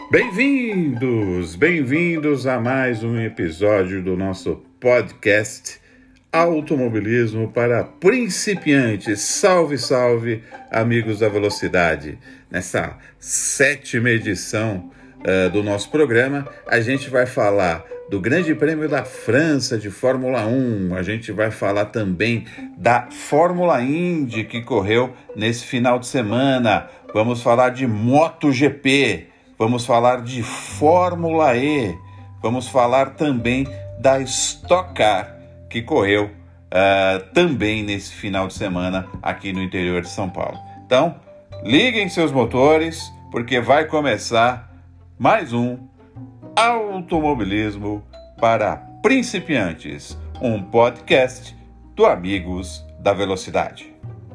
Bem-vindos a mais um episódio do nosso podcast Automobilismo para Principiantes. Salve, salve, amigos da velocidade. Nessa 7ª edição do nosso programa, a gente vai falar do Grande Prêmio da França de Fórmula 1, a gente vai falar também da Fórmula Indy que correu nesse final de semana, vamos falar de MotoGP, vamos falar de Fórmula E, vamos falar também da Stock Car que correu também nesse final de semana aqui no interior de São Paulo. Então, liguem seus motores porque vai começar mais um Automobilismo para Principiantes, um podcast do Amigos da Velocidade.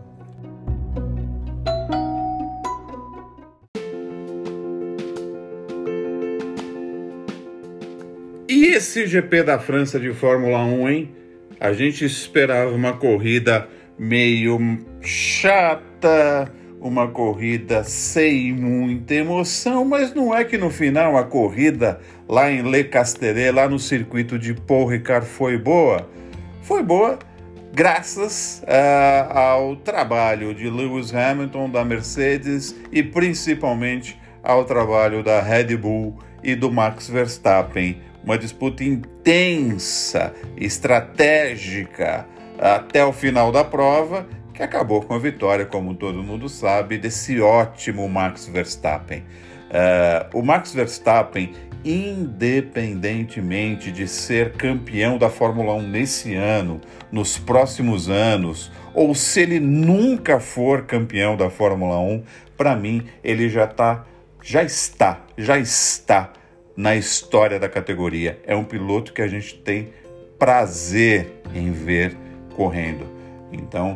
E esse GP da França de Fórmula 1, hein? A gente esperava uma corrida meio chata, uma corrida sem muita emoção, mas não é que no final a corrida lá em Le Castellet, lá no circuito de Paul Ricard, foi boa? Foi boa graças ao trabalho de Lewis Hamilton, da Mercedes, e principalmente ao trabalho da Red Bull e do Max Verstappen. Uma disputa intensa, estratégica, até o final da prova, que acabou com a vitória, como todo mundo sabe, desse ótimo Max Verstappen. O Max Verstappen, independentemente de ser campeão da Fórmula 1 nesse ano, nos próximos anos, ou se ele nunca for campeão da Fórmula 1, para mim ele já está na história da categoria. É um piloto que a gente tem prazer em ver correndo. Então,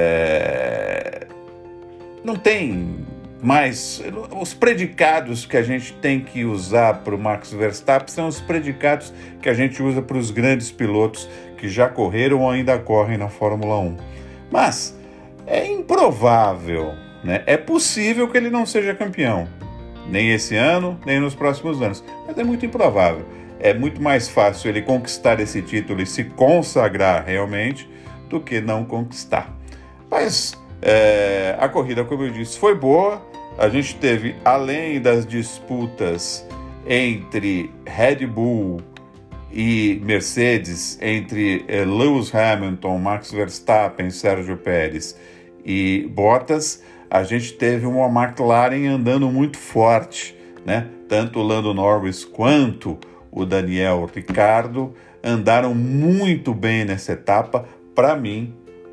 não tem mais... Os predicados que a gente tem que usar para o Max Verstappen são os predicados que a gente usa para os grandes pilotos que já correram ou ainda correm na Fórmula 1. Mas é improvável, né? É possível que ele não seja campeão, nem esse ano, nem nos próximos anos, mas é muito improvável. É muito mais fácil ele conquistar esse título e se consagrar realmente do que não conquistar. Mas a corrida, como eu disse, foi boa. A gente teve, além das disputas entre Red Bull e Mercedes, entre Lewis Hamilton, Max Verstappen, Sérgio Pérez e Bottas, a gente teve uma McLaren andando muito forte, né? Tanto o Lando Norris quanto o Daniel Ricciardo andaram muito bem nessa etapa. Para mim,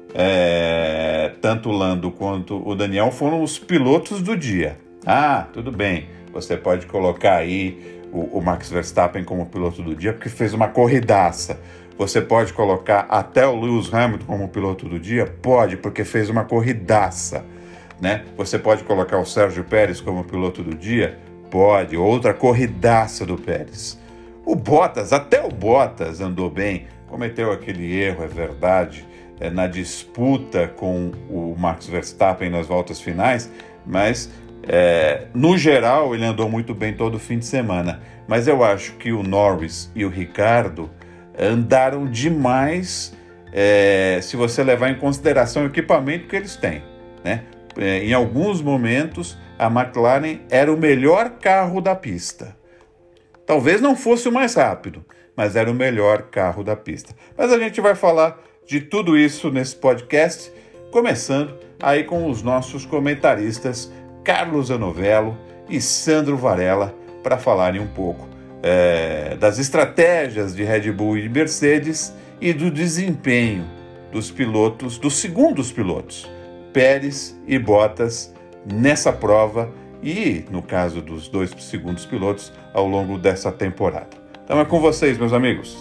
tanto o Lando quanto o Daniel foram os pilotos do dia. Tudo bem, você pode colocar aí o Max Verstappen como piloto do dia porque fez uma corridaça. Você pode colocar até o Lewis Hamilton como piloto do dia? Pode, porque fez uma corridaça, né? Você pode colocar o Sérgio Pérez como piloto do dia? Pode, outra corridaça do Pérez. Até o Bottas andou bem, cometeu aquele erro, é verdade, na disputa com o Max Verstappen nas voltas finais, mas no geral ele andou muito bem todo fim de semana. Mas eu acho que o Norris e o Ricciardo andaram demais, se você levar em consideração o equipamento que eles têm, né? Em alguns momentos a McLaren era o melhor carro da pista. Talvez não fosse o mais rápido, mas era o melhor carro da pista. Mas a gente vai falar de tudo isso nesse podcast, começando aí com os nossos comentaristas Carlos Anovello e Sandro Varela, para falarem um pouco das estratégias de Red Bull e de Mercedes e do desempenho dos pilotos, dos segundos pilotos, Pérez e Bottas, nessa prova e, no caso dos dois segundos pilotos, ao longo dessa temporada. Então é com vocês, meus amigos.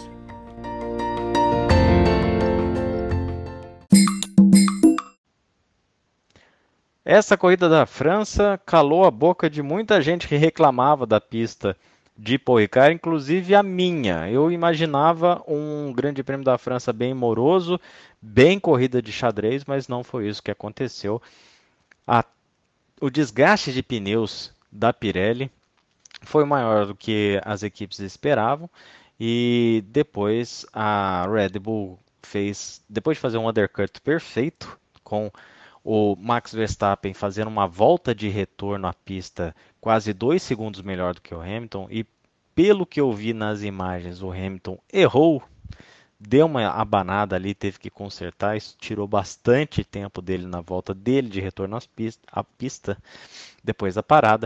Essa corrida da França calou a boca de muita gente que reclamava da pista de Paul Ricard, inclusive a minha. Eu imaginava um Grande Prêmio da França bem moroso, bem corrida de xadrez, mas não foi isso que aconteceu. O desgaste de pneus da Pirelli foi maior do que as equipes esperavam. E depois a Red Bull fez, depois de fazer um undercut perfeito, com o Max Verstappen fazendo uma volta de retorno à pista quase 2 segundos melhor do que o Hamilton, e pelo que eu vi nas imagens, o Hamilton errou, deu uma abanada ali, teve que consertar, isso tirou bastante tempo dele na volta dele de retorno à pista depois da parada.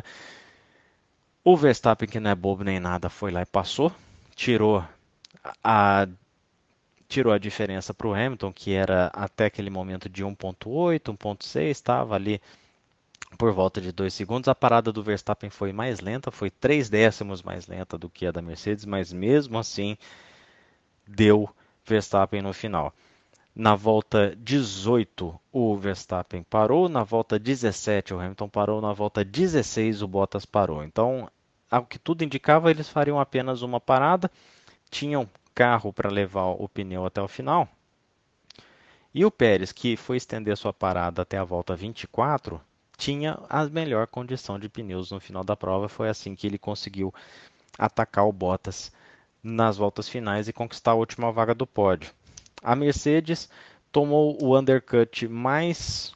O Verstappen, que não é bobo nem nada, foi lá e passou, tirou a tirou a diferença para o Hamilton, que era até aquele momento de 1.8, 1.6, estava ali por volta de 2 segundos. A parada do Verstappen foi mais lenta, foi 3 décimos mais lenta do que a da Mercedes, mas mesmo assim deu Verstappen no final. Na volta 18, o Verstappen parou, na volta 17, o Hamilton parou, na volta 16, o Bottas parou. Então, ao que tudo indicava, eles fariam apenas uma parada, tinham carro para levar o pneu até o final. E o Pérez, que foi estender sua parada até a volta 24, tinha a melhor condição de pneus no final da prova. Foi assim que ele conseguiu atacar o Bottas nas voltas finais e conquistar a última vaga do pódio. A Mercedes tomou o undercut mais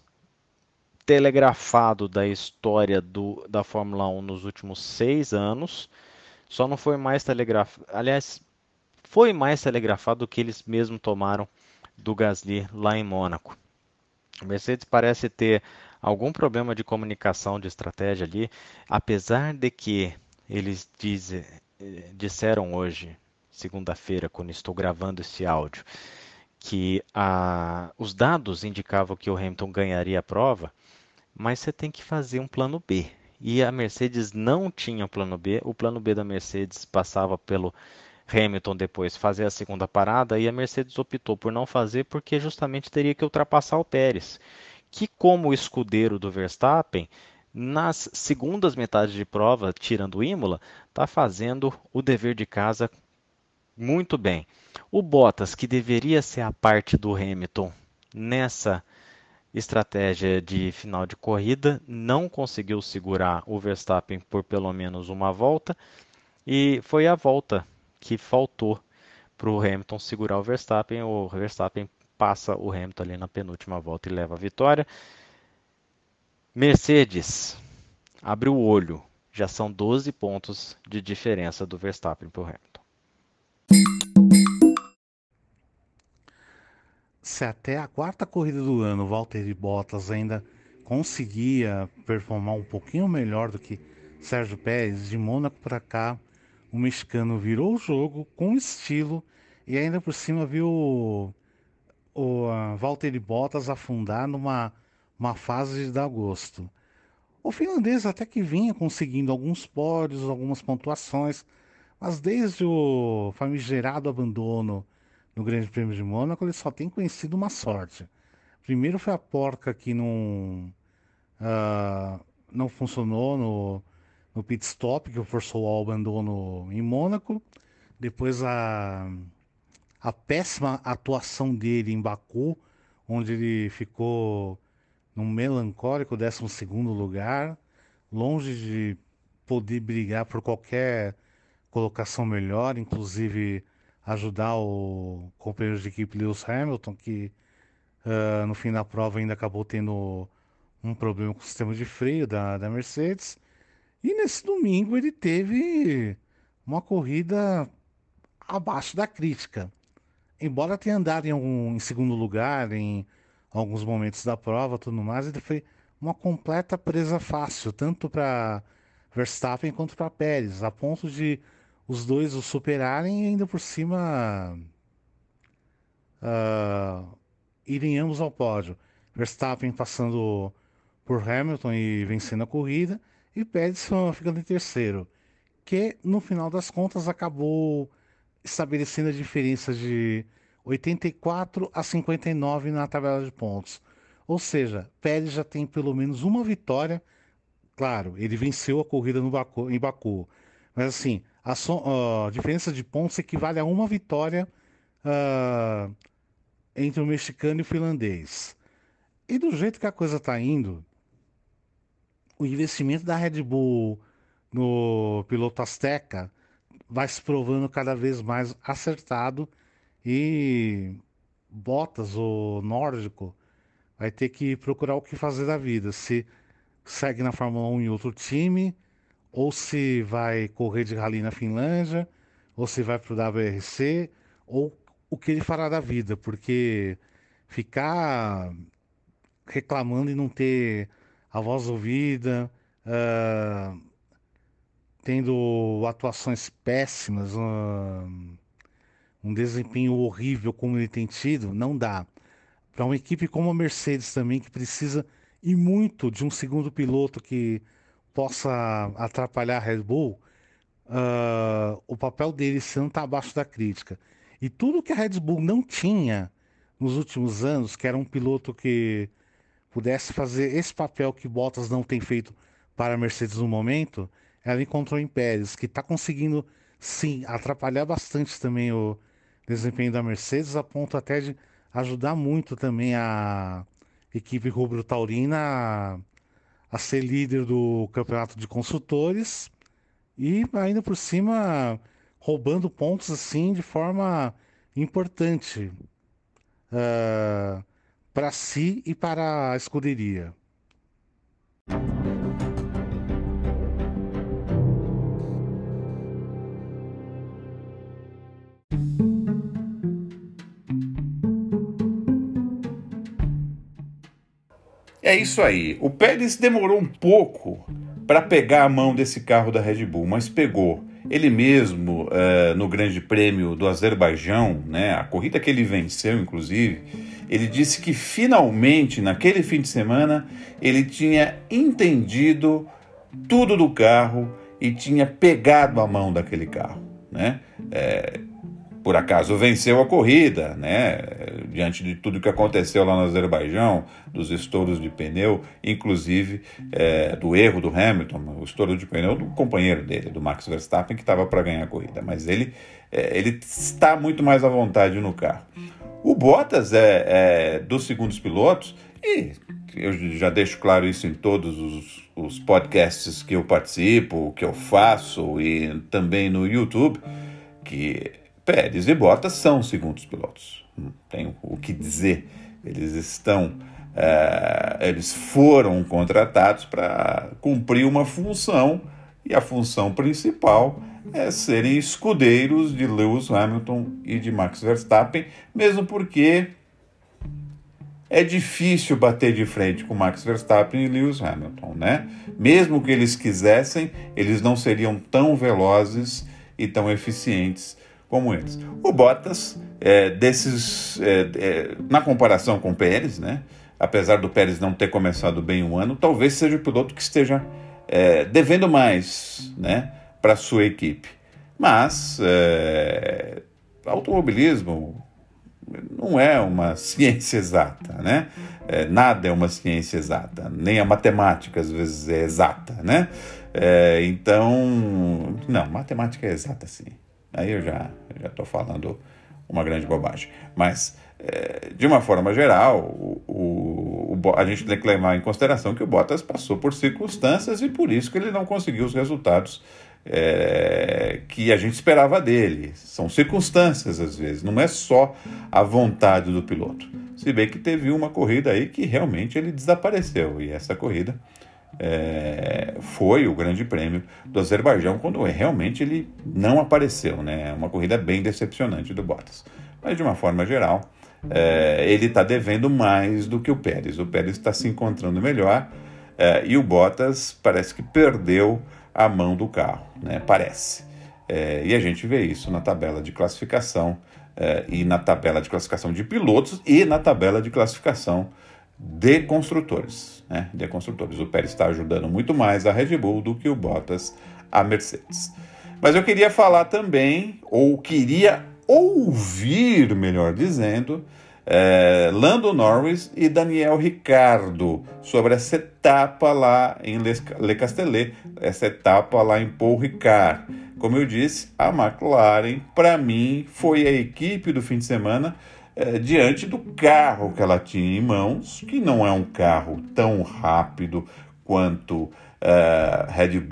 telegrafado da história da Fórmula 1 nos últimos 6 anos. Só não foi mais telegrafado. Aliás, foi mais telegrafado do que eles mesmos tomaram do Gasly lá em Mônaco. A Mercedes parece ter algum problema de comunicação, de estratégia ali, apesar de que eles disseram hoje, segunda-feira, quando estou gravando esse áudio, que os dados indicavam que o Hamilton ganharia a prova, mas você tem que fazer um plano B. E a Mercedes não tinha plano B. O plano B da Mercedes passava pelo Hamilton depois fazer a segunda parada, e a Mercedes optou por não fazer porque justamente teria que ultrapassar o Pérez, que como escudeiro do Verstappen, nas segundas metades de prova, tirando o Imola, está fazendo o dever de casa muito bem. O Bottas, que deveria ser a parte do Hamilton nessa estratégia de final de corrida, não conseguiu segurar o Verstappen por pelo menos uma volta, e foi a volta que faltou para o Hamilton segurar o Verstappen. O Verstappen passa o Hamilton ali na penúltima volta e leva a vitória. Mercedes abre o olho, já são 12 pontos de diferença do Verstappen para o Hamilton. Se até a quarta corrida do ano o Valtteri Bottas ainda conseguia performar um pouquinho melhor do que Sérgio Pérez, de Mônaco para cá, o mexicano virou o jogo com estilo e ainda por cima viu o Valtteri Bottas afundar numa uma fase de dar gosto. O finlandês até que vinha conseguindo alguns pódios, algumas pontuações, mas desde o famigerado abandono no Grande Prêmio de Mônaco, ele só tem conhecido uma sorte. Primeiro foi a porca que não funcionou no pit stop, que forçou o abandono em Mônaco. Depois a péssima atuação dele em Baku, onde ele ficou num melancólico 12º lugar, longe de poder brigar por qualquer colocação melhor, inclusive ajudar o companheiro de equipe Lewis Hamilton, que no fim da prova ainda acabou tendo um problema com o sistema de freio da Mercedes. E nesse domingo ele teve uma corrida abaixo da crítica. Embora tenha andado em segundo lugar em alguns momentos da prova, tudo mais, ele foi uma completa presa fácil, tanto para Verstappen quanto para Pérez, a ponto de os dois o superarem e ainda por cima irem ambos ao pódio. Verstappen passando por Hamilton e vencendo a corrida, e Pérez ficando em terceiro, que no final das contas acabou estabelecendo a diferença de 84 a 59 na tabela de pontos. Ou seja, Pérez já tem pelo menos uma vitória. Claro, ele venceu a corrida no em Baku, mas assim, a diferença de pontos equivale a uma vitória ah, entre o mexicano e o finlandês. E do jeito que a coisa está indo, o investimento da Red Bull no piloto Azteca vai se provando cada vez mais acertado e Bottas, o nórdico, vai ter que procurar o que fazer da vida. Se segue na Fórmula 1 em outro time, ou se vai correr de rally na Finlândia, ou se vai para o WRC, ou o que ele fará da vida, porque ficar reclamando e não ter a voz ouvida, ah, tendo atuações péssimas, um desempenho horrível como ele tem tido, não dá. Para uma equipe como a Mercedes também, que precisa e muito de um segundo piloto que possa atrapalhar a Red Bull, o papel dele esse ano está abaixo da crítica. E tudo que a Red Bull não tinha nos últimos anos, que era um piloto que pudesse fazer esse papel que Bottas não tem feito para a Mercedes no momento, ela encontrou em Pérez, que está conseguindo, sim, atrapalhar bastante também o desempenho da Mercedes, a ponto até de ajudar muito também a equipe rubro-taurina a ser líder do campeonato de construtores e ainda por cima roubando pontos assim de forma importante para si e para a escuderia. É isso aí. O Pérez demorou um pouco para pegar a mão desse carro da Red Bull, mas pegou. Ele mesmo, no Grande Prêmio do Azerbaijão, né, a corrida que ele venceu, inclusive, ele disse que finalmente, naquele fim de semana, ele tinha entendido tudo do carro e tinha pegado a mão daquele carro, né? Por acaso venceu a corrida, né? Diante de tudo que aconteceu lá no Azerbaijão, dos estouros de pneu, inclusive do erro do Hamilton, o estouro de pneu do companheiro dele, do Max Verstappen, que estava para ganhar a corrida. Mas ele está muito mais à vontade no carro. O Bottas é dos segundos pilotos, e eu já deixo claro isso em todos os podcasts que eu participo, que eu faço, e também no YouTube, que Pérez e Bottas são segundos pilotos. Não tenho o que dizer. Eles foram contratados para cumprir uma função, e a função principal é serem escudeiros de Lewis Hamilton e de Max Verstappen, mesmo porque é difícil bater de frente com Max Verstappen e Lewis Hamilton, né? Mesmo que eles quisessem, eles não seriam tão velozes e tão eficientes como eles. O Bottas, na comparação com o Pérez, né? Apesar do Pérez não ter começado bem o ano, talvez seja o piloto que esteja devendo mais, né, para a sua equipe. Mas automobilismo não é uma ciência exata, né? Nada é uma ciência exata, nem a matemática às vezes é exata, né? Então, não, matemática é exata sim. Aí eu já estou falando uma grande bobagem. Mas, de uma forma geral, a gente tem que levar em consideração que o Bottas passou por circunstâncias e por isso que ele não conseguiu os resultados que a gente esperava dele. São circunstâncias, às vezes, não é só a vontade do piloto. Se bem que teve uma corrida aí que realmente ele desapareceu, e essa corrida foi o Grande Prêmio do Azerbaijão, quando realmente ele não apareceu, né? Uma corrida bem decepcionante do Bottas. Mas, de uma forma geral, ele está devendo mais do que o Pérez. O Pérez está se encontrando melhor, e o Bottas parece que perdeu a mão do carro, né? Parece. E a gente vê isso na tabela de classificação, e na tabela de classificação de pilotos e na tabela de classificação de construtores, né? De construtores. O Pérez está ajudando muito mais a Red Bull do que o Bottas a Mercedes. Mas eu queria falar também, ou queria ouvir, melhor dizendo, Lando Norris e Daniel Ricciardo sobre essa etapa lá em Le Castellet, essa etapa lá em Paul Ricard. Como eu disse, a McLaren, para mim, foi a equipe do fim de semana diante do carro que ela tinha em mãos, que não é um carro tão rápido quanto Red Bull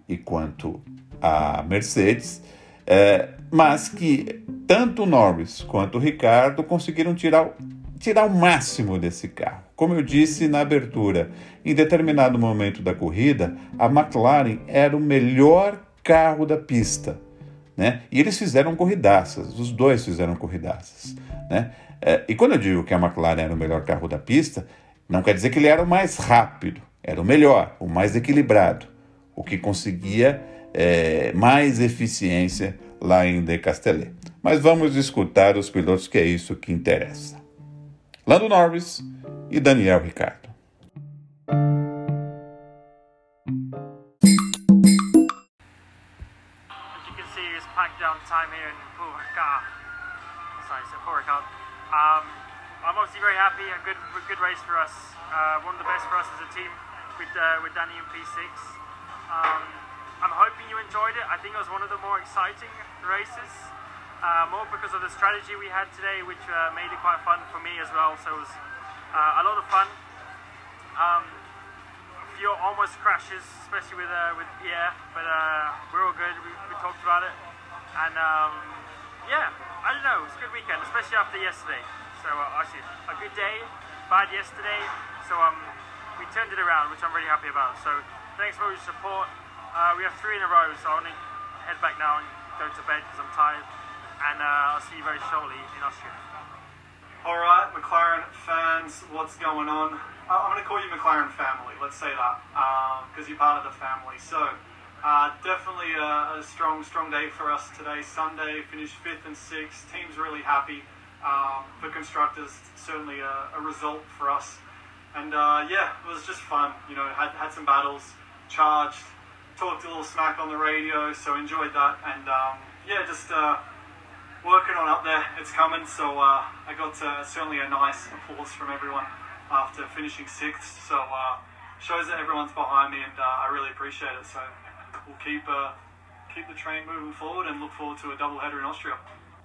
e quanto a Mercedes, mas que tanto o Norris quanto o Ricciardo conseguiram tirar o máximo desse carro. Como eu disse na abertura, em determinado momento da corrida, a McLaren era o melhor carro da pista, né? E eles fizeram corridaças, os dois fizeram corridaças, né? E quando eu digo que a McLaren era o melhor carro da pista, não quer dizer que ele era o mais rápido, era o melhor, o mais equilibrado, o que conseguia mais eficiência lá em De Castellet. Mas vamos escutar os pilotos, que é isso que interessa. Lando Norris e Daniel Ricciardo. Time here in Paul Ricard. I'm obviously very happy. A good race for us. One of the best for us as a team with Danny in P6. I'm hoping you enjoyed it. I think it was one of the more exciting races, more because of the strategy we had today, which made it quite fun for me as well. So it was a lot of fun. A few almost crashes, especially with Pierre, but we're all good. We talked about it. And yeah, I don't know, it's a good weekend, especially after yesterday. So actually, a good day, bad yesterday. So we turned it around, which I'm really happy about. So thanks for your support. We have 3 in a row, so I'm going to head back now and go to bed because I'm tired. And I'll see you very shortly in Austria. All right, McLaren fans, what's going on? I'm going to call you McLaren family, let's say that, because you're part of the family. So definitely a strong day for us today. Sunday, finished 5th and 6th. Team's really happy. For constructors, certainly a result for us. And yeah, it was just fun. You know, had some battles, charged, talked a little smack on the radio, so enjoyed that. And yeah, just working on up there. It's coming. So I got certainly a nice applause from everyone after finishing 6th. So shows that everyone's behind me, and I really appreciate it. So we'll keep the train moving forward and look forward to a doubleheader in Austria.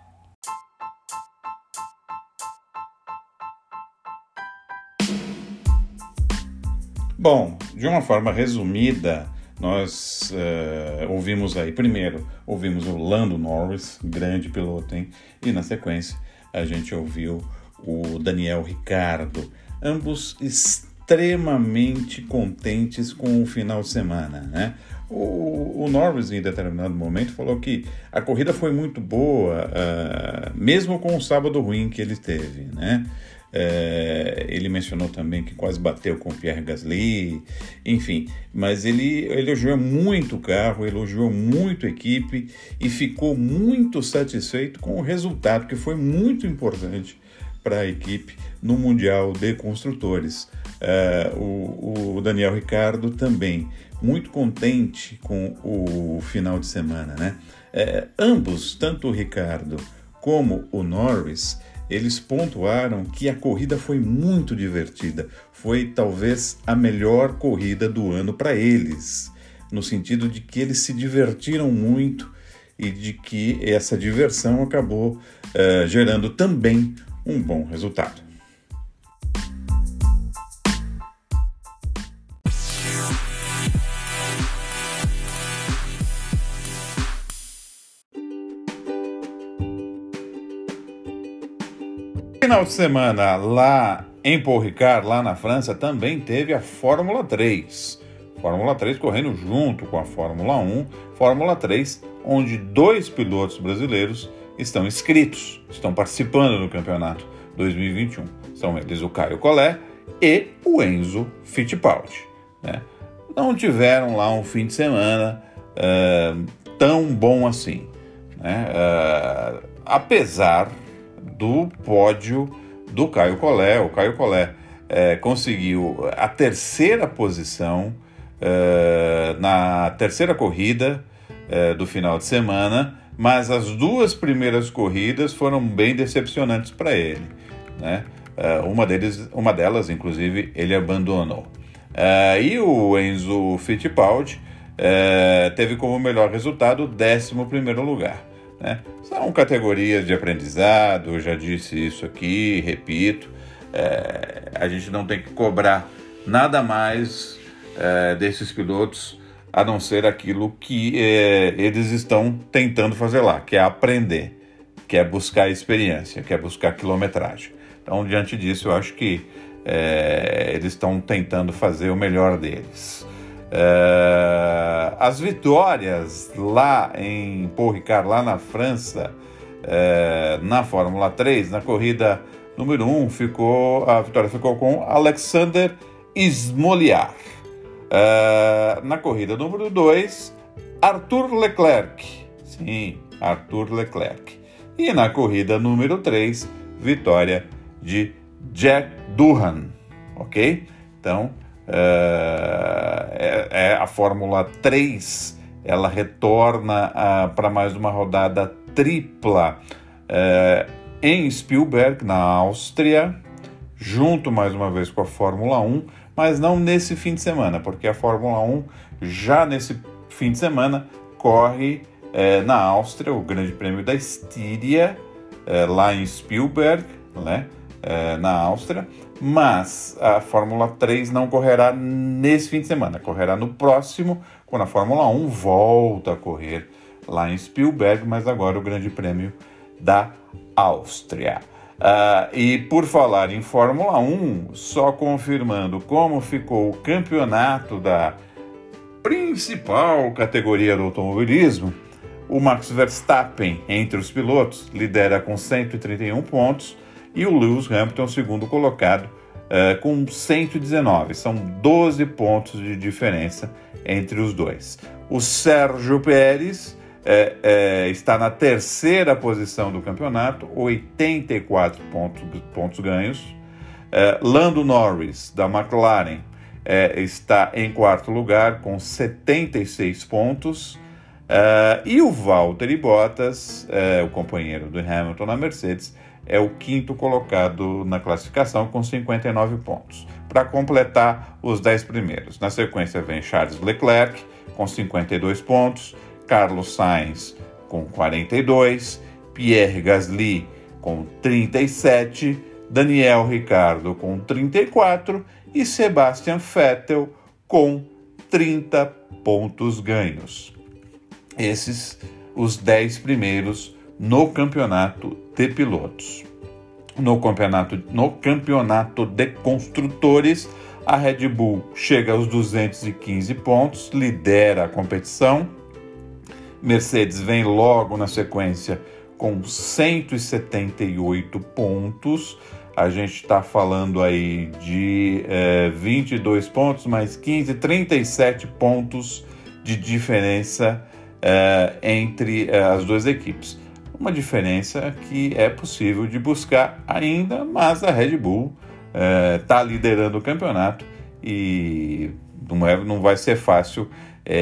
Bom, de uma forma resumida, nós ouvimos aí, primeiro, ouvimos o Lando Norris, grande piloto, hein? E na sequência, a gente ouviu o Daniel Ricciardo, ambos extremamente contentes com o final de semana, né? O Norris, em determinado momento, falou que a corrida foi muito boa, mesmo com o sábado ruim que ele teve, né? Ele mencionou também que quase bateu com o Pierre Gasly, enfim, mas ele elogiou muito o carro, elogiou muito a equipe e ficou muito satisfeito com o resultado, que foi muito importante para a equipe no Mundial de Construtores. O Daniel Ricciardo também muito contente com o final de semana, né? Ambos, tanto o Ricciardo como o Norris, eles pontuaram que a corrida foi muito divertida, foi talvez a melhor corrida do ano para eles, no sentido de que eles se divertiram muito e de que essa diversão acabou gerando também um bom resultado. Final de semana lá em Paul Ricard, lá na França, também teve a Fórmula 3. Fórmula 3 correndo junto com a Fórmula 1. Fórmula 3, onde 2 pilotos brasileiros estão inscritos, estão participando do campeonato 2021. São eles o Caio Collet e o Enzo Fittipaldi, né? Não tiveram lá um fim de semana tão bom assim, né? Apesar do pódio do Caio Collet. O Caio Collet conseguiu a 3ª posição na 3ª corrida do final de semana, mas as 2 primeiras corridas foram bem decepcionantes para ele, né? Uma delas, inclusive, ele abandonou. E o Enzo Fittipaldi teve como melhor resultado o 11º lugar. Né? São categorias de aprendizado, eu já disse isso aqui, repito, a gente não tem que cobrar nada mais desses pilotos a não ser aquilo que eles estão tentando fazer lá, que é aprender, que é buscar experiência, que é buscar quilometragem. Então, diante disso, eu acho que eles estão tentando fazer o melhor deles. As vitórias lá em Paul Ricard, lá na França, na Fórmula 3, na corrida número 1, a vitória ficou com Alexander Smoliar. Na corrida número 2, Arthur Leclerc. Sim, Arthur Leclerc. E na corrida número 3, vitória de Jack Doohan. Ok? Então, a Fórmula 3, ela retorna para mais uma rodada tripla em Spielberg, na Áustria, junto mais uma vez com a Fórmula 1, mas não nesse fim de semana, porque a Fórmula 1 já nesse fim de semana corre na Áustria, o Grande Prêmio da Estíria, lá em Spielberg, né, na Áustria, mas a Fórmula 3 não correrá nesse fim de semana, correrá no próximo, quando a Fórmula 1 volta a correr lá em Spielberg, mas agora o Grande Prêmio da Áustria. E por falar em Fórmula 1, só confirmando como ficou o campeonato da principal categoria do automobilismo, o Max Verstappen, entre os pilotos, lidera com 131 pontos e o Lewis Hamilton, segundo colocado, com 119. São 12 pontos de diferença entre os dois. O Sérgio Pérez está na terceira posição do campeonato, 84 pontos ganhos. Lando Norris, da McLaren, está em quarto lugar, com 76 pontos. E o Valtteri Bottas, o companheiro do Hamilton na Mercedes, é o quinto colocado na classificação, com 59 pontos. Para completar os 10 primeiros. Na sequência vem Charles Leclerc, com 52 pontos, Carlos Sainz com 42, Pierre Gasly com 37, Daniel Ricciardo com 34 e Sebastian Vettel com 30 pontos ganhos. Esses os 10 primeiros no campeonato de pilotos. No campeonato de construtores, a Red Bull chega aos 215 pontos, lidera a competição. Mercedes vem logo na sequência com 178 pontos. A gente está falando aí de 22 pontos mais 15, 37 pontos de diferença entre as duas equipes. Uma diferença que é possível de buscar ainda, mas a Red Bull está liderando o campeonato e não vai ser fácil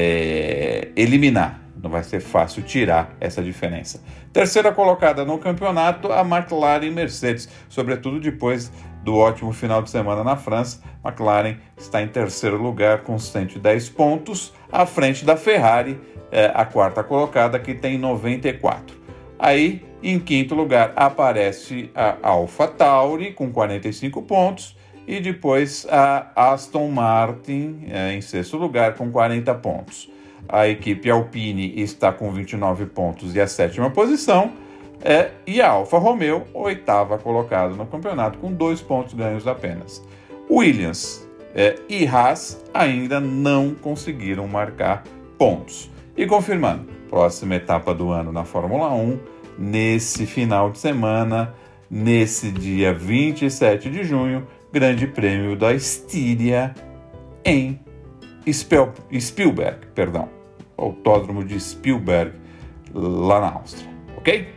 eliminar. Não vai ser fácil tirar essa diferença. Terceira colocada no campeonato, a McLaren e Mercedes, sobretudo depois do ótimo final de semana na França. McLaren está em terceiro lugar com 110 pontos, à frente da Ferrari, a quarta colocada, que tem 94. Aí, em quinto lugar, aparece a AlphaTauri com 45 pontos e depois a Aston Martin em sexto lugar com 40 pontos. A equipe Alpine está com 29 pontos e a sétima posição, e a Alfa Romeo, oitava colocada no campeonato, com 2 pontos ganhos apenas. Williams e Haas ainda não conseguiram marcar pontos. E confirmando, próxima etapa do ano na Fórmula 1, nesse final de semana, nesse dia 27 de junho, Grande Prêmio da Estíria em Spielberg, Autódromo de Spielberg, lá na Áustria, ok?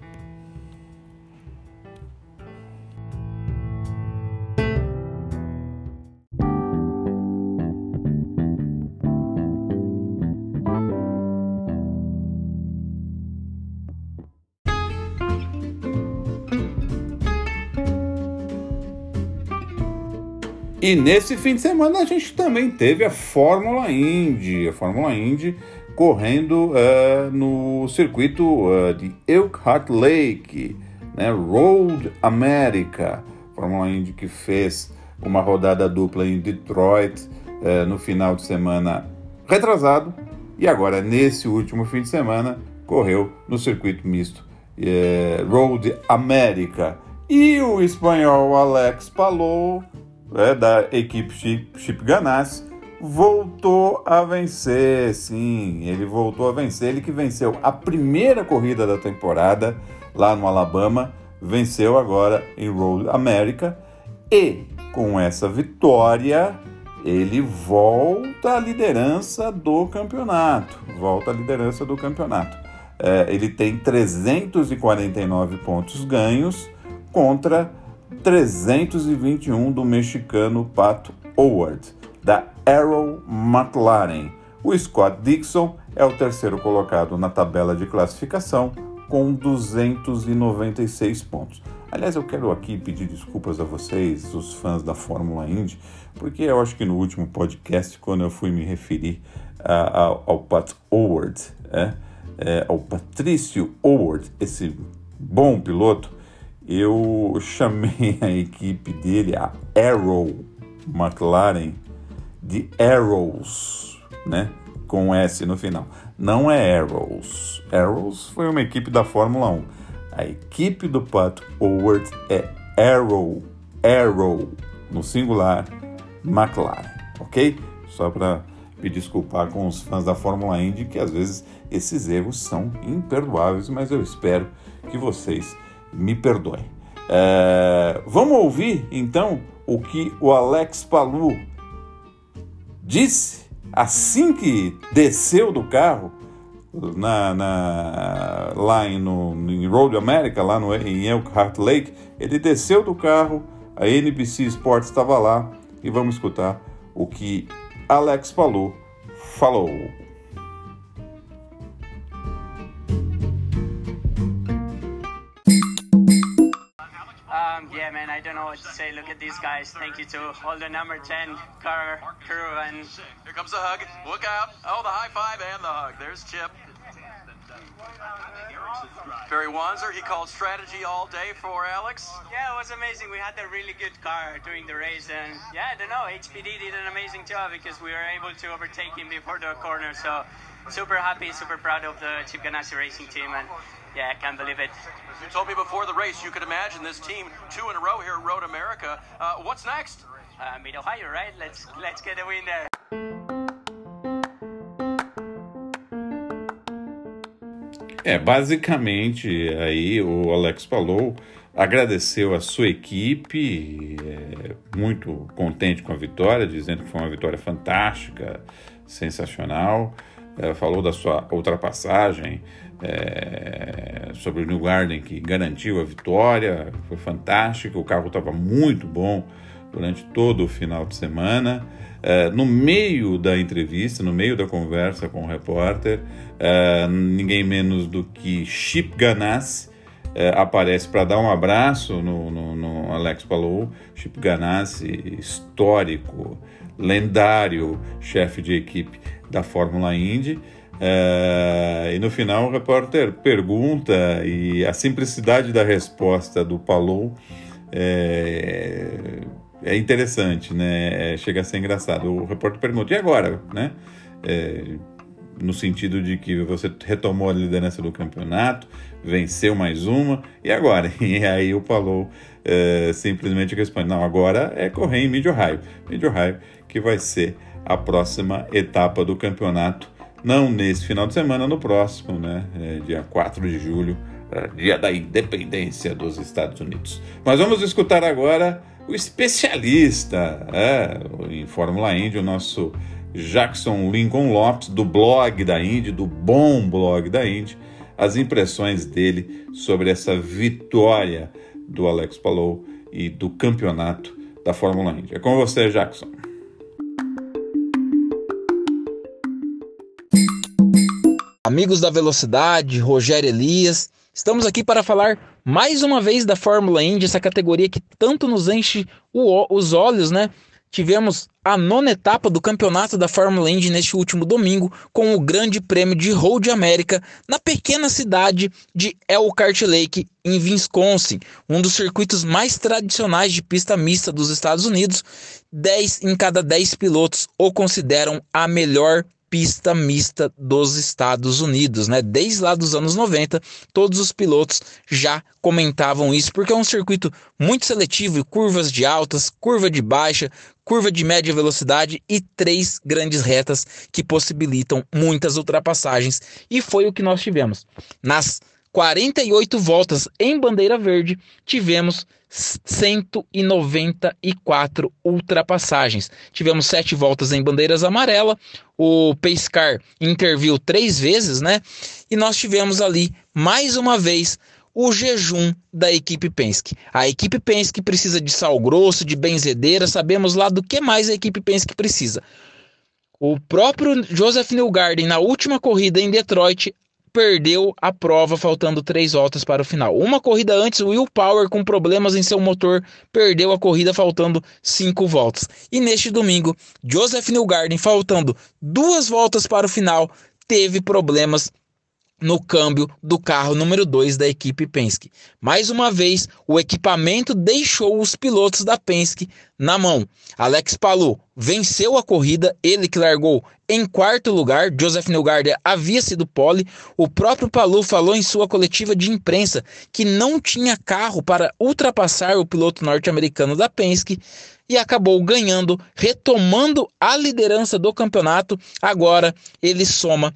E nesse fim de semana a gente também teve a Fórmula Indy. A Fórmula Indy correndo no circuito de Elkhart Lake, né, Road America. Fórmula Indy que fez uma rodada dupla em Detroit no final de semana retrasado e agora, nesse último fim de semana, correu no circuito misto Road America. E o espanhol Alex Palou, da equipe Chip Ganassi, voltou a vencer. Sim, ele voltou a vencer. Ele que venceu a primeira corrida da temporada lá no Alabama, venceu agora em Road America. E com essa vitória, ele volta à liderança do campeonato. Ele tem 349 pontos ganhos contra 321 do mexicano Pato O'Ward, da Arrow McLaren. O Scott Dixon é o terceiro colocado na tabela de classificação com 296 pontos. Aliás, eu quero aqui pedir desculpas a vocês, os fãs da Fórmula Indy, porque eu acho que no último podcast, quando eu fui me referir ao Pat O'Ward, ao Patrício O'Ward, esse bom piloto, eu chamei a equipe dele, a Arrow McLaren, de Arrows, né? Com S no final. Não é Arrows. Arrows foi uma equipe da Fórmula 1. A equipe do Pat O'Ward é Arrow, no singular, McLaren, ok? Só para me desculpar com os fãs da Fórmula Indy, que às vezes esses erros são imperdoáveis, mas eu espero que vocês me perdoem. Vamos ouvir, então, o que o Alex Palou disse assim que desceu do carro lá em Road America, lá em Elkhart Lake. Ele desceu do carro, a NBC Sports estava lá, e vamos escutar o que Alex Palou falou. Yeah, man, I don't know what to say. Look at these guys. Thank you to all the number 10 car crew. And here comes the hug. Look out. Oh, the high five and the hug. There's Chip. Barry Wanzer, he called strategy all day for Alex. Yeah, it was amazing. We had a really good car during the race. And yeah, I don't know, HPD did an amazing job because we were able to overtake him before the corner. So super happy, super proud of the Chip Ganassi racing team. And yeah, I can't believe it. You told me before the race you could imagine this team 2 in a row here at Road America. What's next? Mid-Ohio, right? Let's get a win there. Basicamente, aí o Alex Palou agradeceu a sua equipe, muito contente com a vitória, dizendo que foi uma vitória fantástica, sensacional. Falou da sua ultrapassagem sobre o New Garden, que garantiu a vitória, foi fantástico, o carro estava muito bom durante todo o final de semana. No meio da entrevista, no meio da conversa com o repórter, ninguém menos do que Chip Ganassi aparece para dar um abraço no Alex Palou. Chip Ganassi, histórico, lendário chefe de equipe da Fórmula Indy. E no final o repórter pergunta, e a simplicidade da resposta do Palou é interessante, né? Chega a ser engraçado. O repórter pergunta, e agora? Né? No sentido de que você retomou a liderança do campeonato, venceu mais uma, e agora? E aí o Palou simplesmente responde, não, agora é correr em Mid-Ohio. Mid-Ohio, que vai ser a próxima etapa do campeonato, não nesse final de semana, no próximo, né? Dia 4 de julho, dia da independência dos Estados Unidos. Mas vamos escutar agora o especialista em Fórmula Indy, o nosso Jackson Lincoln Lopes, do blog da Indy, do bom blog da Indy, as impressões dele sobre essa vitória do Alex Palou e do campeonato da Fórmula Indy. É com você, Jackson. Amigos da Velocidade, Rogério Elias, estamos aqui para falar mais uma vez da Fórmula Indy, essa categoria que tanto nos enche os olhos, né? Tivemos a 9ª etapa do campeonato da Fórmula Indy neste último domingo, com o Grande Prêmio de Road America na pequena cidade de Elkhart Lake, em Wisconsin, um dos circuitos mais tradicionais de pista mista dos Estados Unidos. 10 em cada 10 pilotos o consideram a melhor pista mista dos Estados Unidos, né? Desde lá dos anos 90, todos os pilotos já comentavam isso, porque é um circuito muito seletivo, curvas de altas, curva de baixa, curva de média velocidade e 3 grandes retas que possibilitam muitas ultrapassagens, e foi o que nós tivemos. Nas 48 voltas em bandeira verde, tivemos 194 ultrapassagens. Tivemos 7 voltas em bandeiras amarela, o Pace Car interviu 3 vezes, né? E nós tivemos ali, mais uma vez, o jejum da equipe Penske. A equipe Penske precisa de sal grosso, de benzedeira, sabemos lá do que mais a equipe Penske precisa. O próprio Joseph Newgarden, na última corrida em Detroit, perdeu a prova faltando 3 voltas para o final. Uma corrida antes, o Will Power, com problemas em seu motor, perdeu a corrida faltando 5 voltas. E neste domingo, Joseph Newgarden, faltando 2 voltas para o final, teve problemas no câmbio do carro número 2 da equipe Penske. Mais uma vez, o equipamento deixou os pilotos da Penske na mão. Alex Palou venceu a corrida, ele que largou em 4º lugar. Joseph Newgarden havia sido pole. O próprio Palou falou em sua coletiva de imprensa que não tinha carro para ultrapassar o piloto norte-americano da Penske e acabou ganhando, retomando a liderança do campeonato. Agora ele soma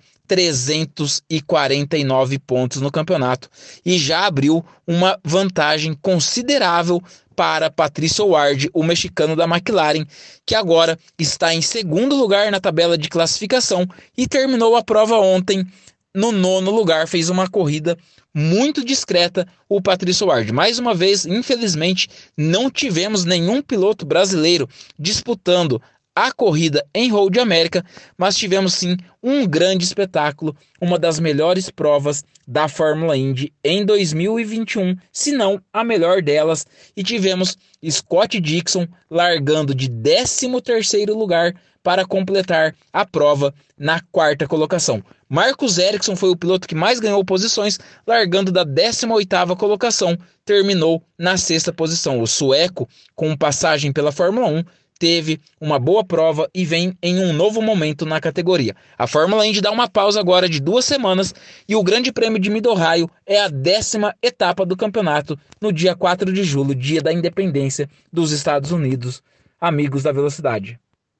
349 pontos no campeonato e já abriu uma vantagem considerável para Patricio Ward, o mexicano da McLaren, que agora está em 2º lugar na tabela de classificação e terminou a prova ontem no 9º lugar. Fez uma corrida muito discreta o Patricio Ward. Mais uma vez, infelizmente, não tivemos nenhum piloto brasileiro disputando a corrida em Road America, mas tivemos sim um grande espetáculo, uma das melhores provas da Fórmula Indy em 2021, se não a melhor delas, e tivemos Scott Dixon largando de 13º lugar para completar a prova na 4ª colocação. Marcus Ericsson foi o piloto que mais ganhou posições, largando da 18ª colocação, terminou na 6ª posição. O sueco, com passagem pela Fórmula 1, teve uma boa prova e vem em um novo momento na categoria. A Fórmula Indy dá uma pausa agora de 2 semanas e o Grande Prêmio de Mid-Ohio é a 10ª etapa do campeonato no dia 4 de julho, dia da independência dos Estados Unidos. Amigos da velocidade.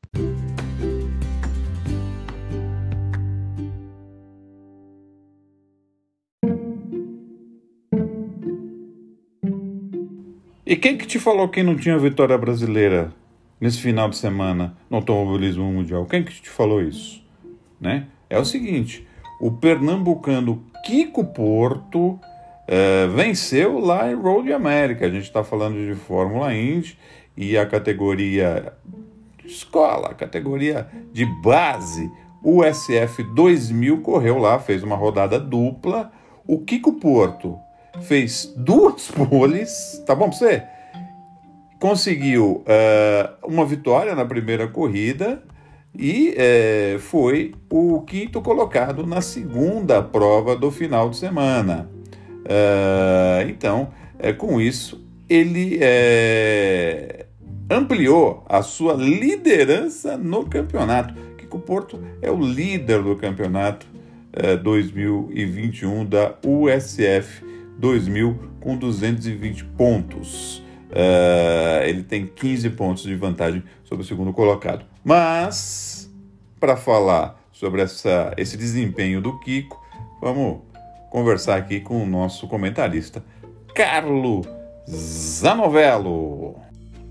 E quem que te falou que não tinha vitória brasileira nesse final de semana no automobilismo mundial? Quem que te falou isso? Né? É o seguinte, o pernambucano Kiko Porto venceu lá em Road America. A gente está falando de Fórmula Indy e a categoria escola, a categoria de base, o SF 2000 correu lá, fez uma rodada dupla. O Kiko Porto fez 2 poles, tá bom pra você? Conseguiu uma vitória na primeira corrida e foi o 5º colocado na 2ª prova do final de semana. Então, com isso, ele ampliou a sua liderança no campeonato. Kiko Porto é o líder do campeonato 2021 da USF 2000 com 220 pontos. Ele tem 15 pontos de vantagem sobre o 2º colocado. Mas, para falar sobre esse desempenho do Kiko, vamos conversar aqui com o nosso comentarista, Carlo Zanovello.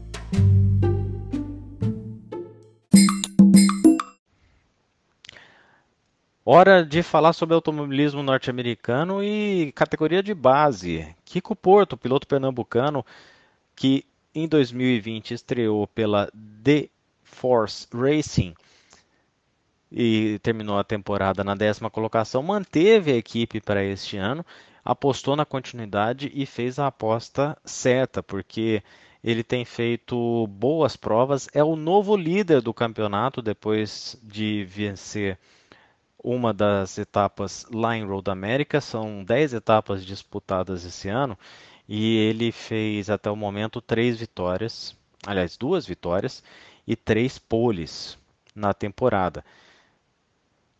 Hora de falar sobre automobilismo norte-americano e categoria de base. Kiko Porto, piloto pernambucano, que em 2020 estreou pela The Force Racing e terminou a temporada na 10ª colocação, manteve a equipe para este ano, apostou na continuidade e fez a aposta certa, porque ele tem feito boas provas, é o novo líder do campeonato depois de vencer uma das etapas lá em Road America. São 10 etapas disputadas esse ano e ele fez até o momento 2 vitórias e 3 poles na temporada.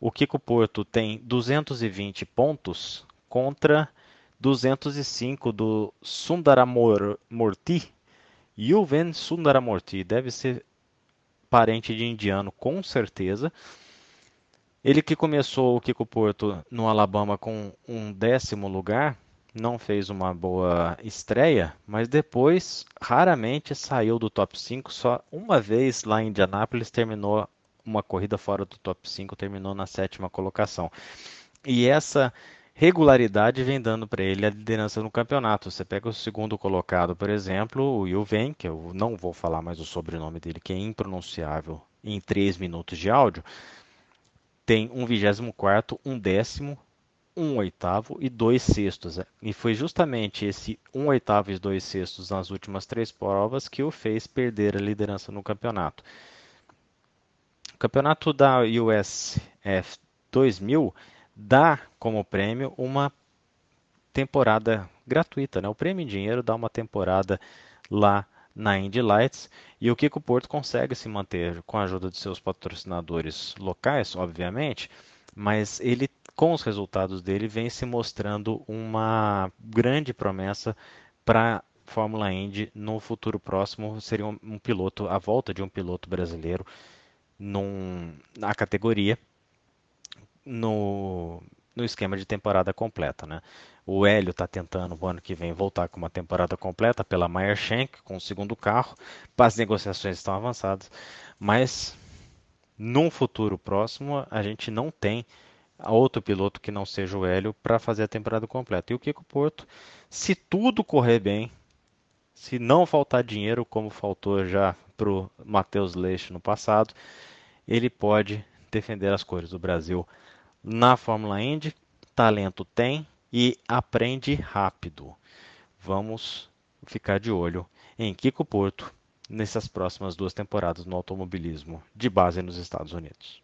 o Kiko Porto tem 220 contra 205 do Sundaramurti. Yuven Sundaramurti, deve ser parente de indiano, com certeza. Ele que começou o Kiko Porto no Alabama com um 10º lugar, não fez uma boa estreia, mas depois raramente saiu do top 5, só uma vez lá em Indianápolis terminou uma corrida fora do top 5, terminou na 7ª colocação. E essa regularidade vem dando para ele a liderança no campeonato. Você pega o segundo colocado, por exemplo, o Yuven, que eu não vou falar mais o sobrenome dele, que é impronunciável em 3 minutos de áudio, tem um 24º, um 10º, um 8º e 2 sextos. E foi justamente esse 1 8º e 2 sextos nas últimas 3 provas que o fez perder a liderança no campeonato. O campeonato da USF 2000 dá como prêmio uma temporada gratuita, né? O prêmio em dinheiro dá uma temporada lá na Indy Lights, e o Kiko Porto consegue se manter com a ajuda de seus patrocinadores locais, obviamente, mas ele, com os resultados dele, vem se mostrando uma grande promessa para Fórmula Indy no futuro próximo. Seria um piloto, a volta de um piloto brasileiro na categoria, no esquema de temporada completa, né? O Hélio está tentando o ano que vem voltar com uma temporada completa pela Meyer Shank com o segundo carro. As negociações estão avançadas, mas num futuro próximo a gente não tem outro piloto que não seja o Hélio para fazer a temporada completa. E o Kiko Porto, se tudo correr bem, se não faltar dinheiro como faltou já para o Matheus Leite no passado, ele pode defender as cores do Brasil na Fórmula Indy. Talento tem e aprende rápido. Vamos ficar de olho em Kiko Porto nessas próximas 2 temporadas no automobilismo de base nos Estados Unidos.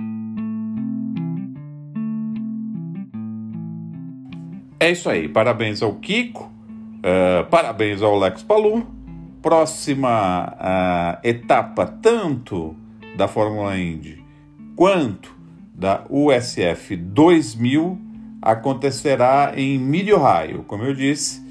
É isso aí. Parabéns ao Kiko, parabéns ao Lex Palou. Próxima etapa, tanto da Fórmula Indy quanto da USF 2000, acontecerá em Mid-Ohio, como eu disse,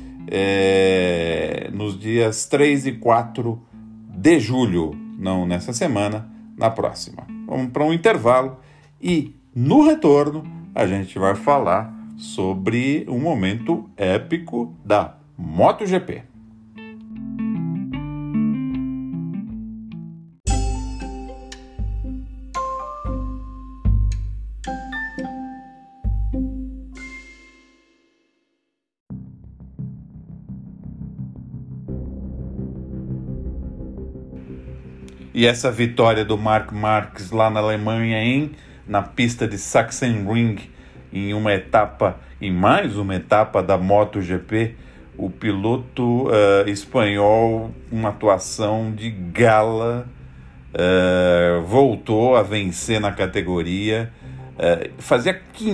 nos dias 3 e 4 de julho, não nessa semana, na próxima. Vamos para um intervalo e, no retorno, a gente vai falar sobre um momento épico da MotoGP. E essa vitória do Marc Marquez lá na Alemanha, na pista de Sachsenring, em mais uma etapa da MotoGP, o piloto espanhol, uma atuação de gala, voltou a vencer na categoria. Fazia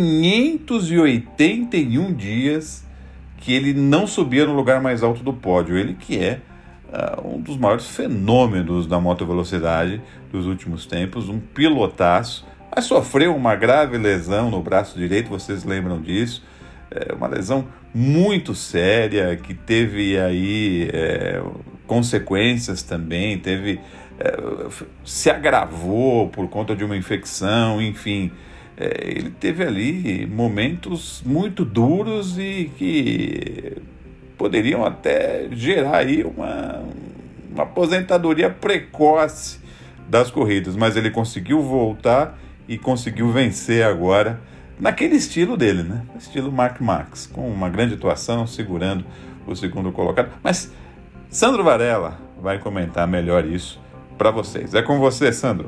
581 dias que ele não subia no lugar mais alto do pódio. Ele que é um dos maiores fenômenos da motovelocidade dos últimos tempos, um pilotaço, mas sofreu uma grave lesão no braço direito, vocês lembram disso, uma lesão muito séria, que teve aí consequências também, se agravou por conta de uma infecção, enfim, ele teve ali momentos muito duros e que poderiam até gerar aí uma aposentadoria precoce das corridas, mas ele conseguiu voltar e conseguiu vencer agora naquele estilo dele, né? Estilo Marc Marquez, com uma grande atuação, segurando o segundo colocado. Mas Sandro Varela vai comentar melhor isso para vocês. É com você, Sandro.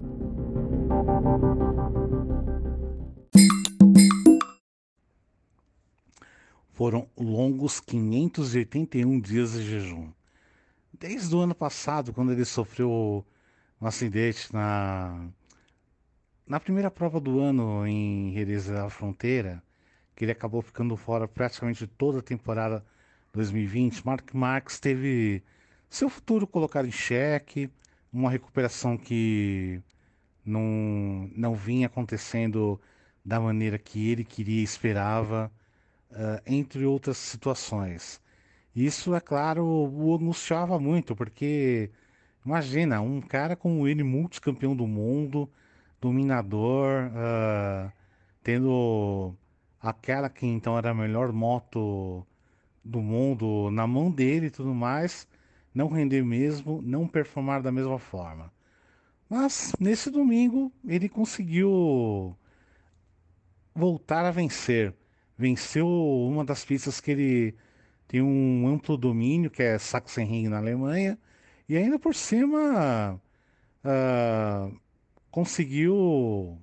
Foram longos 581 dias de jejum. Desde o ano passado, quando ele sofreu um acidente na primeira prova do ano em Jerez da Fronteira, que ele acabou ficando fora praticamente toda a temporada 2020, Marc Marquez teve seu futuro colocado em xeque, uma recuperação que não vinha acontecendo da maneira que ele queria e esperava, entre outras situações. Isso, é claro, o angustiava muito, porque imagina, um cara como ele, multicampeão do mundo, dominador, tendo aquela que então era a melhor moto do mundo na mão dele e tudo mais, não render mesmo, não performar da mesma forma. Mas nesse domingo ele conseguiu voltar a vencer. Venceu uma das pistas que ele tem um amplo domínio, que é Sachsenring na Alemanha, e ainda por cima ah, conseguiu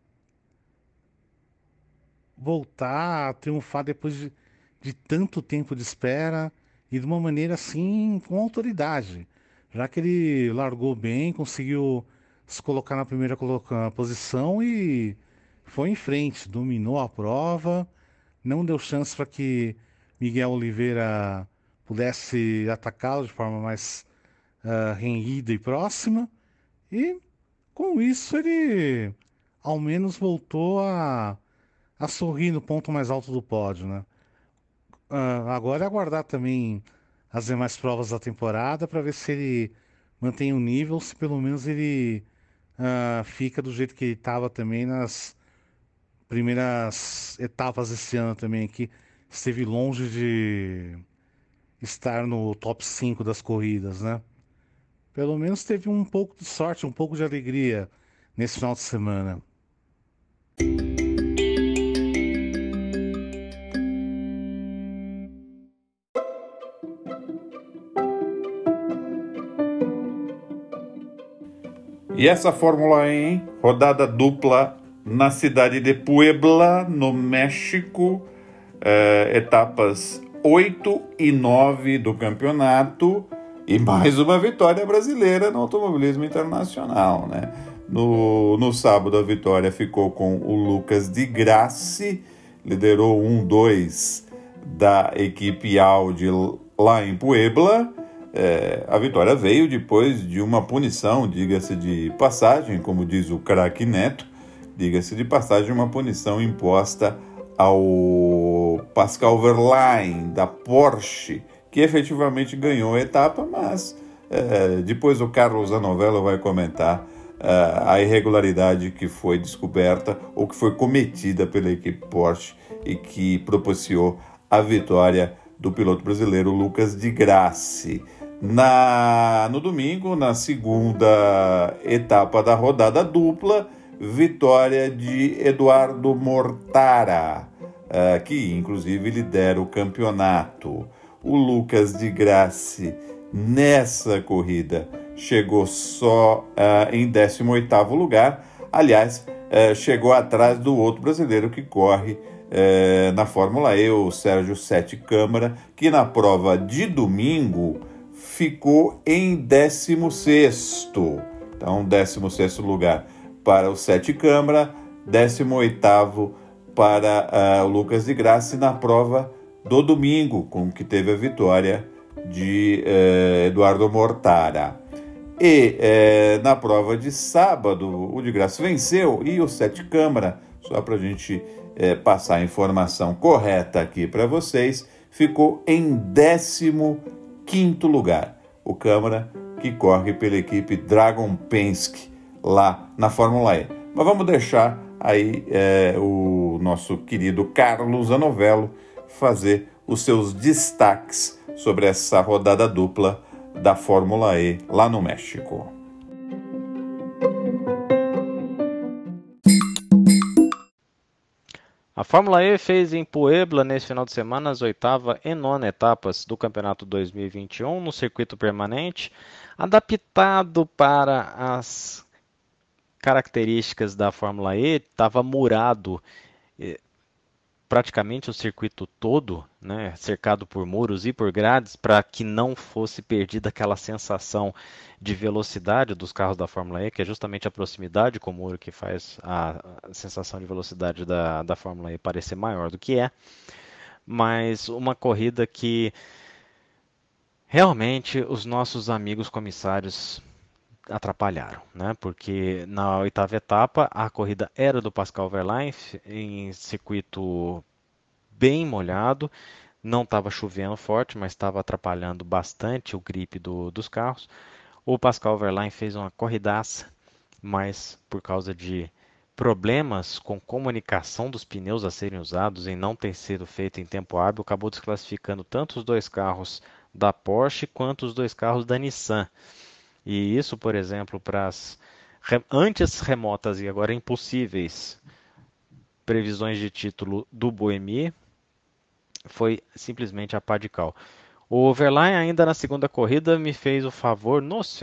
voltar a triunfar depois de tanto tempo de espera e de uma maneira assim com autoridade, já que ele largou bem, conseguiu se colocar na primeira posição e foi em frente, dominou a prova, não deu chance para que Miguel Oliveira pudesse atacá-lo de forma mais renhida e próxima, e com isso ele ao menos voltou a sorrir no ponto mais alto do pódio, né? Agora é aguardar também as demais provas da temporada para ver se ele mantém o nível, se pelo menos ele fica do jeito que ele estava também nas primeiras etapas desse ano também, que esteve longe de estar no top 5 das corridas, né? Pelo menos teve um pouco de sorte, um pouco de alegria nesse final de semana. E essa Fórmula E, hein? Rodada dupla na cidade de Puebla, no México, etapas 8 e 9 do campeonato, e mais uma vitória brasileira no automobilismo internacional, né? No sábado a vitória ficou com o Lucas Di Grassi, liderou 1-2 da equipe Audi lá em Puebla. A vitória veio depois de uma punição, diga-se de passagem, como diz o craque Neto, diga-se de passagem, uma punição imposta ao Pascal Wehrlein, da Porsche, que efetivamente ganhou a etapa, mas depois o Carlos Zanovello vai comentar a irregularidade que foi descoberta ou que foi cometida pela equipe Porsche e que propiciou a vitória do piloto brasileiro Lucas Di Grassi. No domingo, na segunda etapa da rodada dupla, vitória de Eduardo Mortara, que inclusive lidera o campeonato. O Lucas Di Grassi, nessa corrida, chegou só em 18º lugar. Aliás, chegou atrás do outro brasileiro que corre na Fórmula E, o Sérgio Sete Câmara, que na prova de domingo ficou em 16º. Então, 16º lugar para o Sete Câmara, 18º para o Lucas Di Grassi na prova do domingo, com que teve a vitória de Eduardo Mortara. E na prova de sábado, o Di Grassi venceu e o Sete Câmara, só para a gente passar a informação correta aqui para vocês, ficou em 15º lugar. O Câmara, que corre pela equipe Dragon Penske lá na Fórmula E. Mas vamos deixar aí o nosso querido Carlos Zanovello fazer os seus destaques sobre essa rodada dupla da Fórmula E lá no México. A Fórmula E fez em Puebla nesse final de semana as 8ª e 9ª etapas do Campeonato 2021 no circuito permanente, adaptado para as características da Fórmula E. Estava murado praticamente o circuito todo, né, cercado por muros e por grades, para que não fosse perdida aquela sensação de velocidade dos carros da Fórmula E, que é justamente a proximidade com o muro que faz a sensação de velocidade da Fórmula E parecer maior do que é. Mas uma corrida que realmente os nossos amigos comissários atrapalharam, né? Porque na 8ª etapa a corrida era do Pascal Wehrlein em circuito bem molhado, não estava chovendo forte, mas estava atrapalhando bastante o grip dos carros. O Pascal Wehrlein fez uma corridaça, mas por causa de problemas com comunicação dos pneus a serem usados em não ter sido feito em tempo hábil, acabou desclassificando tanto os 2 carros da Porsche quanto os 2 carros da Nissan. E isso, por exemplo, para as antes remotas e agora impossíveis previsões de título do Buemi, foi simplesmente a pá de cal. O Wehrlein ainda na segunda corrida nos fez o favor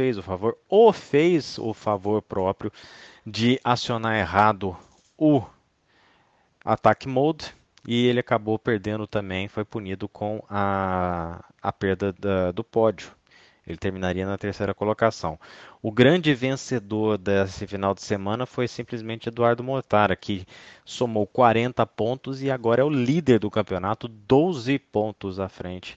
próprio de acionar errado o Attack Mode e ele acabou perdendo também, foi punido com a perda do pódio. Ele terminaria na 3ª colocação. O grande vencedor desse final de semana foi simplesmente Eduardo Mortara, que somou 40 pontos e agora é o líder do campeonato, 10 pontos à frente,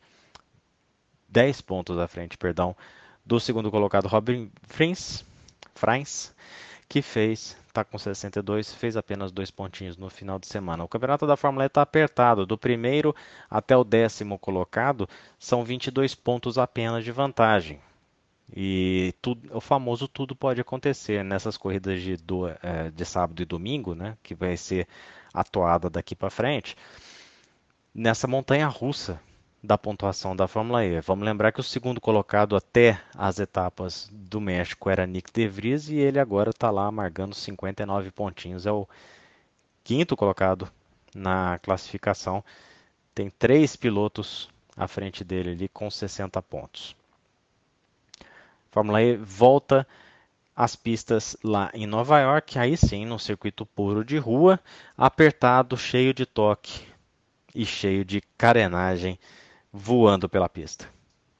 do segundo colocado Robin Frins, que está com 62, fez apenas 2 pontinhos no final de semana. O campeonato da Fórmula E está apertado, do primeiro até o 10º colocado, são 22 pontos apenas de vantagem. E o famoso tudo pode acontecer nessas corridas de sábado e domingo, né, que vai ser atuada daqui para frente, nessa montanha russa da pontuação da Fórmula E. Vamos lembrar que o segundo colocado até as etapas do México era Nick De Vries e ele agora está lá amargando 59 pontinhos. É o 5º colocado na classificação. Tem 3 pilotos à frente dele ali com 60 pontos. Fórmula E volta às pistas lá em Nova York, aí sim, num circuito puro de rua, apertado, cheio de toque e cheio de carenagem voando pela pista.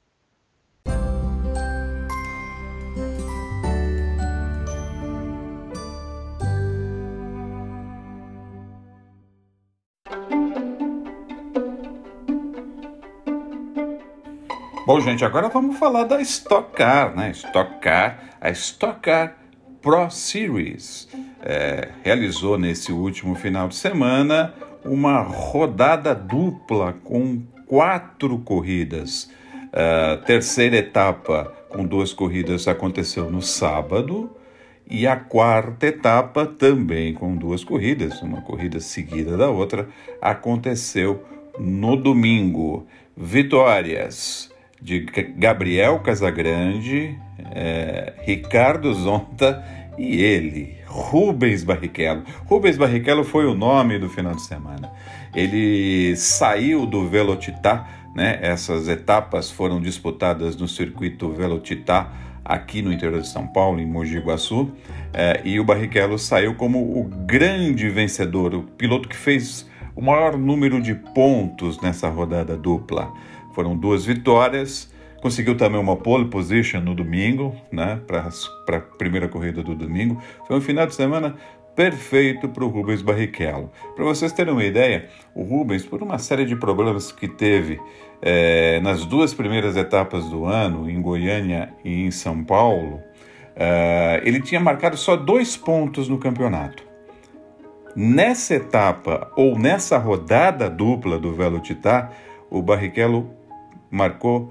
Bom, gente, agora vamos falar da Stock Car, né? A Stock Car Pro Series realizou nesse último final de semana uma rodada dupla com 4 corridas. A terceira etapa com 2 corridas aconteceu no sábado e a 4ª etapa também com 2 corridas, uma corrida seguida da outra, aconteceu no domingo. Vitórias de Gabriel Casagrande, Ricardo Zonta e ele, Rubens Barrichello. Rubens Barrichello foi o nome do final de semana. Ele saiu do Velocitar, né? Essas etapas foram disputadas no circuito Velocitar aqui no interior de São Paulo, em Mogi Guaçu, e o Barrichello saiu como o grande vencedor, o piloto que fez o maior número de pontos nessa rodada dupla. Foram 2 vitórias, conseguiu também uma pole position no domingo, né, para a primeira corrida do domingo. Foi um final de semana perfeito para o Rubens Barrichello. Para vocês terem uma ideia, o Rubens, por uma série de problemas que teve nas 2 primeiras etapas do ano, em Goiânia e em São Paulo, ele tinha marcado só 2 pontos no campeonato. Nessa etapa, ou nessa rodada dupla do Velocitar, o Barrichello marcou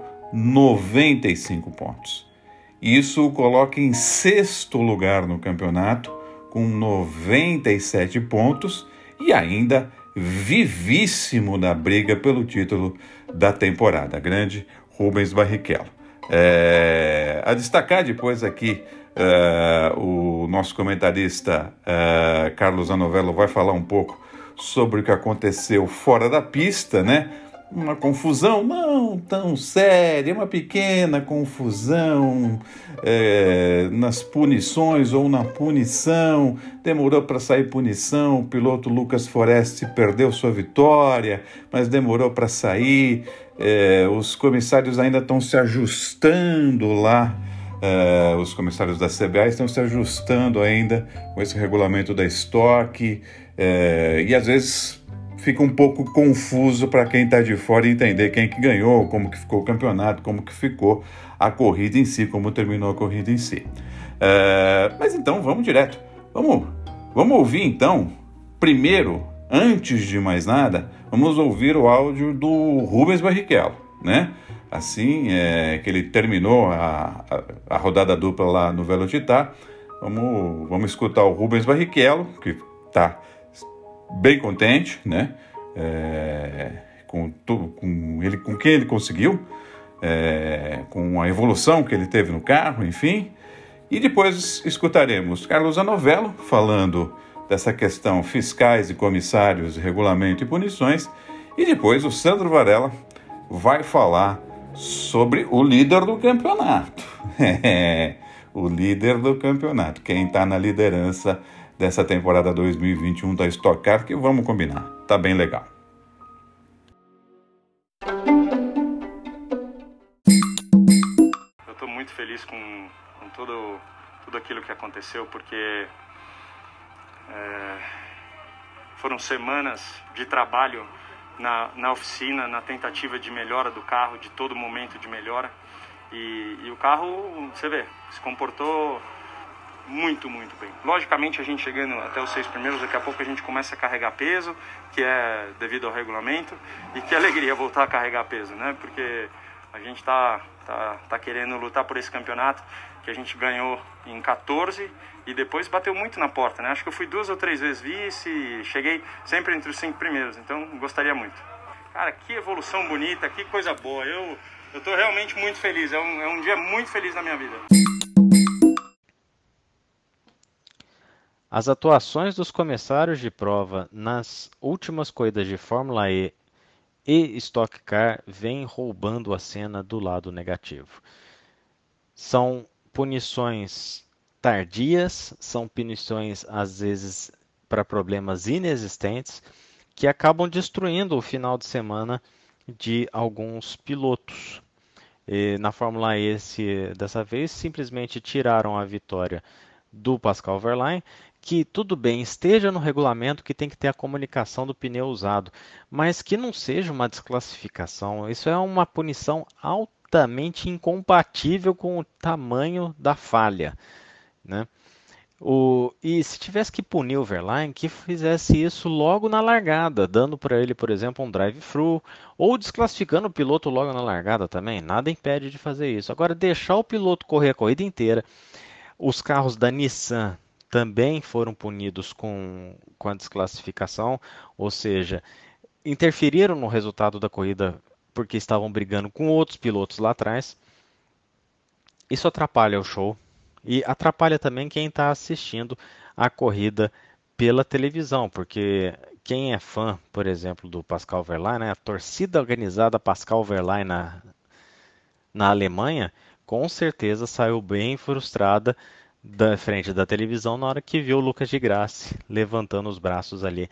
95 pontos. Isso o coloca em 6º lugar no campeonato, com 97 pontos e ainda vivíssimo na briga pelo título da temporada. Grande Rubens Barrichello. A destacar depois aqui, o nosso comentarista Carlos Anovello vai falar um pouco sobre o que aconteceu fora da pista, né? Uma confusão não tão séria, uma pequena confusão nas punições ou na punição. Demorou para sair punição, o piloto Lucas Foresti perdeu sua vitória, mas demorou para sair. Os comissários ainda estão se ajustando lá, os comissários da CBA estão se ajustando ainda com esse regulamento da Stock, e às vezes fica um pouco confuso para quem está de fora entender quem que ganhou, como que ficou o campeonato, como que ficou a corrida em si, como terminou a corrida em si. Mas então vamos direto. Vamos ouvir então, primeiro, antes de mais nada, vamos ouvir o áudio do Rubens Barrichello, né? Assim que ele terminou a rodada dupla lá no Velocitar, vamos escutar o Rubens Barrichello, que está bem contente, né? Com quem ele conseguiu, com a evolução que ele teve no carro, enfim. E depois escutaremos Carlos Zanovello falando dessa questão fiscais e comissários, regulamento e punições. E depois o Sandro Varela vai falar sobre o líder do campeonato. O líder do campeonato, quem está na liderança dessa temporada 2021 da Stock Car, que vamos combinar, tá bem legal. Eu estou muito feliz com tudo aquilo que aconteceu, porque foram semanas de trabalho na oficina, na tentativa de melhora do carro, de todo momento de melhora, e o carro, você vê, se comportou muito, muito bem. Logicamente, a gente chegando até os 6 primeiros, daqui a pouco a gente começa a carregar peso, que é devido ao regulamento, e que alegria voltar a carregar peso, né? Porque a gente tá querendo lutar por esse campeonato, que a gente ganhou em 14 e depois bateu muito na porta, né? Acho que eu fui 2 ou 3 vezes vice, cheguei sempre entre os 5 primeiros, então gostaria muito. Cara, que evolução bonita, que coisa boa. Eu tô realmente muito feliz, é um dia muito feliz na minha vida. As atuações dos comissários de prova nas últimas corridas de Fórmula E e Stock Car vêm roubando a cena do lado negativo. São punições tardias, são punições às vezes para problemas inexistentes que acabam destruindo o final de semana de alguns pilotos. E na Fórmula E, dessa vez, simplesmente tiraram a vitória do Pascal Wehrlein, que tudo bem, esteja no regulamento que tem que ter a comunicação do pneu usado, mas que não seja uma desclassificação. Isso é uma punição altamente incompatível com o tamanho da falha, né? E se tivesse que punir o Wehrlein, que fizesse isso logo na largada, dando para ele, por exemplo, um drive-thru, ou desclassificando o piloto logo na largada também. Nada impede de fazer isso. Agora, deixar o piloto correr a corrida inteira. Os carros da Nissan também foram punidos com a desclassificação, ou seja, interferiram no resultado da corrida porque estavam brigando com outros pilotos lá atrás. Isso atrapalha o show e atrapalha também quem está assistindo a corrida pela televisão, porque quem é fã, por exemplo, do Pascal Wehrlein, né, a torcida organizada Pascal Wehrlein na Alemanha, com certeza saiu bem frustrada da frente da televisão na hora que viu o Lucas de Grassi levantando os braços ali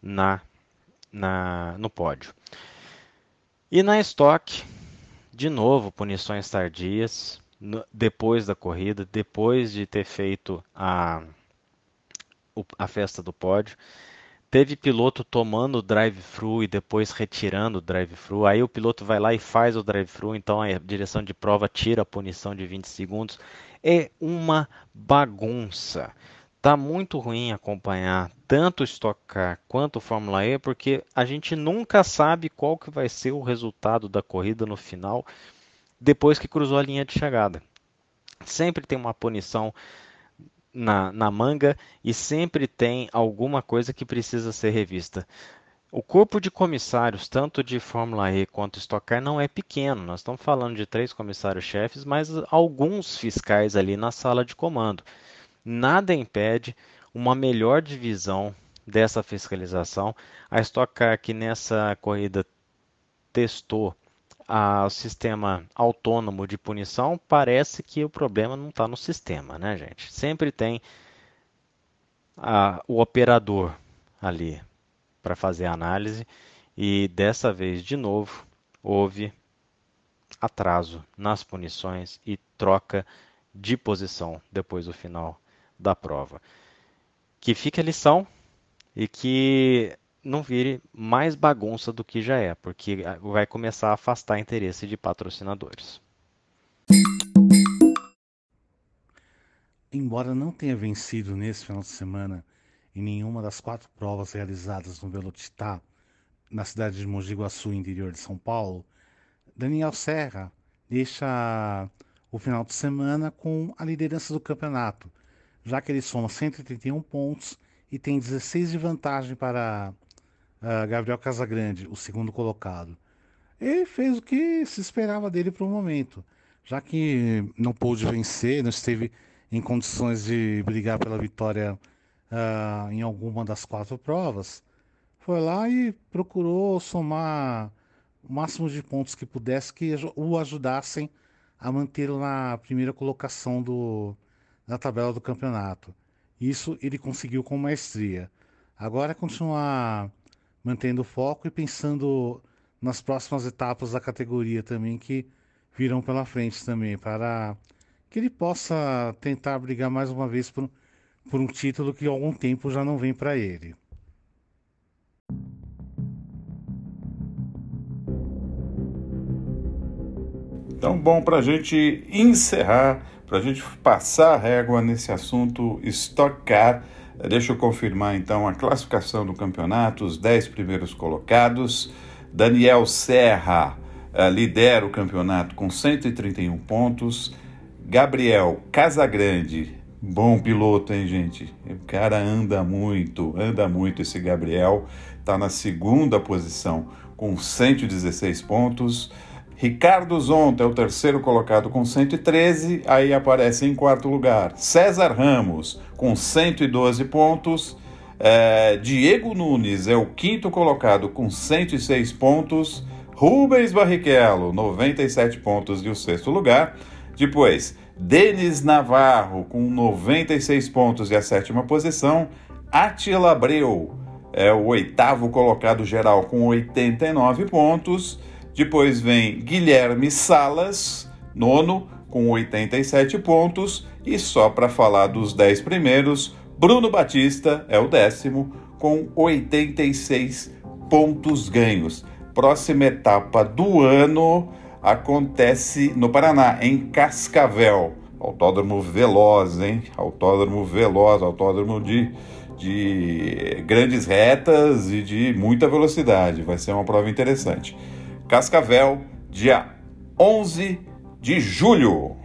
no pódio. E na Stock, de novo, punições tardias, depois da corrida, depois de ter feito a festa do pódio. Teve piloto tomando o drive-thru e depois retirando o drive-thru. Aí o piloto vai lá e faz o drive-thru, então a direção de prova tira a punição de 20 segundos. É uma bagunça. Tá muito ruim acompanhar tanto o Stock Car quanto o Fórmula E, porque a gente nunca sabe qual que vai ser o resultado da corrida no final, depois que cruzou a linha de chegada. Sempre tem uma punição na manga e sempre tem alguma coisa que precisa ser revista. O corpo de comissários, tanto de Fórmula E quanto Stock Car, não é pequeno. Nós estamos falando de 3 comissários-chefes, mas alguns fiscais ali na sala de comando. Nada impede uma melhor divisão dessa fiscalização. A Stock Car, que nessa corrida testou o sistema autônomo de punição, parece que o problema não está no sistema, né, gente? Sempre tem o operador ali para fazer a análise e dessa vez, de novo, houve atraso nas punições e troca de posição depois do final da prova. Que fique a lição e que não vire mais bagunça do que já é, porque vai começar a afastar interesse de patrocinadores. Embora não tenha vencido nesse final de semana em nenhuma das 4 provas realizadas no Velocitar, na cidade de Mogi Guaçu, interior de São Paulo, Daniel Serra deixa o final de semana com a liderança do campeonato, já que ele soma 131 pontos e tem 16 de vantagem para Gabriel Casagrande, o segundo colocado. Ele fez o que se esperava dele para o momento, já que não pôde vencer, não esteve em condições de brigar pela vitória em alguma das 4 provas. Foi lá e procurou somar o máximo de pontos que pudesse que o ajudassem a mantê-lo na primeira colocação da tabela do campeonato. Isso ele conseguiu com maestria. Agora é continuar mantendo o foco e pensando nas próximas etapas da categoria também que virão pela frente também, para que ele possa tentar brigar mais uma vez por um título que há algum tempo já não vem para ele. Então, bom, para a gente encerrar, para a gente passar a régua nesse assunto Stock Car, deixa eu confirmar então a classificação do campeonato, os 10 primeiros colocados. Daniel Serra lidera o campeonato com 131 pontos. Gabriel Casagrande, bom piloto, hein, gente? O cara anda muito esse Gabriel, está na segunda posição com 116 pontos. Ricardo Zonta é o terceiro colocado com 113, aí aparece em quarto lugar César Ramos com 112 pontos, Diego Nunes é o quinto colocado com 106 pontos, Rubens Barrichello, 97 pontos e o sexto lugar, depois Denis Navarro com 96 pontos e a sétima posição, Attila Abreu é o oitavo colocado geral com 89 pontos, depois vem Guilherme Salas, nono, com 87 pontos. E só para falar dos 10 primeiros, Bruno Batista é o 10º, com 86 pontos ganhos. Próxima etapa do ano acontece no Paraná, em Cascavel. Autódromo veloz, hein? Autódromo veloz, autódromo de grandes retas e de muita velocidade. Vai ser uma prova interessante. Cascavel, dia 11 de julho.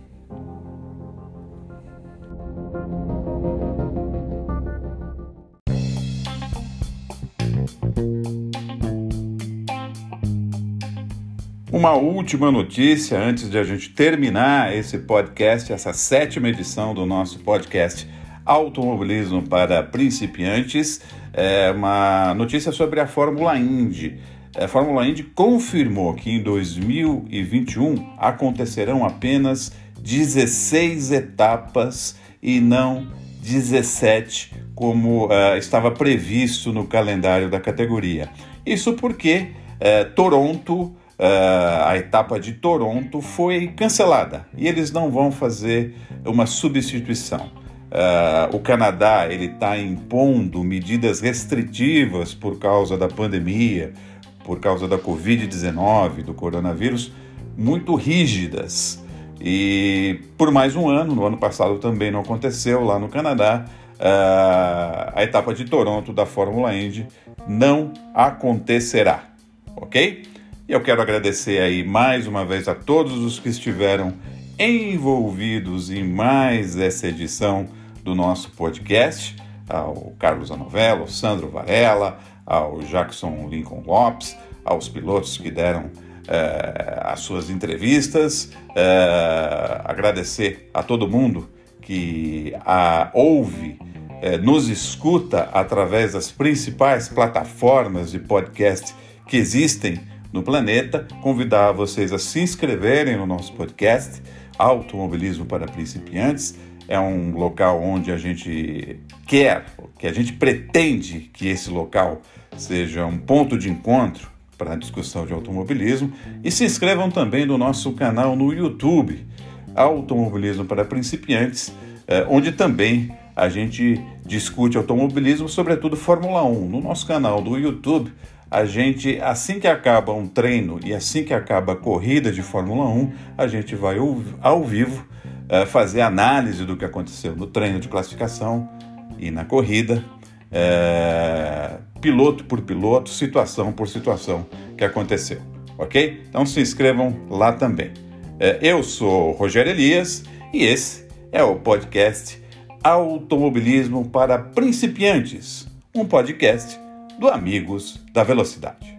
Uma última notícia antes de a gente terminar esse podcast, essa 7ª edição do nosso podcast Automobilismo para Principiantes. É uma notícia sobre a Fórmula Indy. A Fórmula Indy confirmou que em 2021 acontecerão apenas 16 etapas e não 17, como estava previsto no calendário da categoria. Isso porque Toronto, a etapa de Toronto foi cancelada e eles não vão fazer uma substituição. O Canadá está impondo medidas restritivas por causa da pandemia, por causa da Covid-19, do coronavírus, muito rígidas. E por mais um ano, no ano passado também não aconteceu lá no Canadá, a etapa de Toronto da Fórmula Indy não acontecerá, ok? E eu quero agradecer aí mais uma vez a todos os que estiveram envolvidos em mais essa edição do nosso podcast, ao Carlos Anovello, ao Sandro Varela, ao Jackson Lincoln Lopes, aos pilotos que deram as suas entrevistas, agradecer a todo mundo que ouve, nos escuta através das principais plataformas de podcast que existem no planeta, convidar vocês a se inscreverem no nosso podcast Automobilismo para Principiantes. É um local onde a gente que a gente pretende que esse local seja um ponto de encontro para a discussão de automobilismo. E se inscrevam também no nosso canal no YouTube, Automobilismo para Principiantes, onde também a gente discute automobilismo, sobretudo Fórmula 1. No nosso canal do YouTube, a gente, assim que acaba um treino e assim que acaba a corrida de Fórmula 1, a gente vai ao vivo fazer análise do que aconteceu no treino de classificação e na corrida, piloto por piloto, situação por situação que aconteceu, ok? Então se inscrevam lá também. Eu sou Rogério Elias e esse é o podcast Automobilismo para Principiantes, um podcast do Amigos da Velocidade.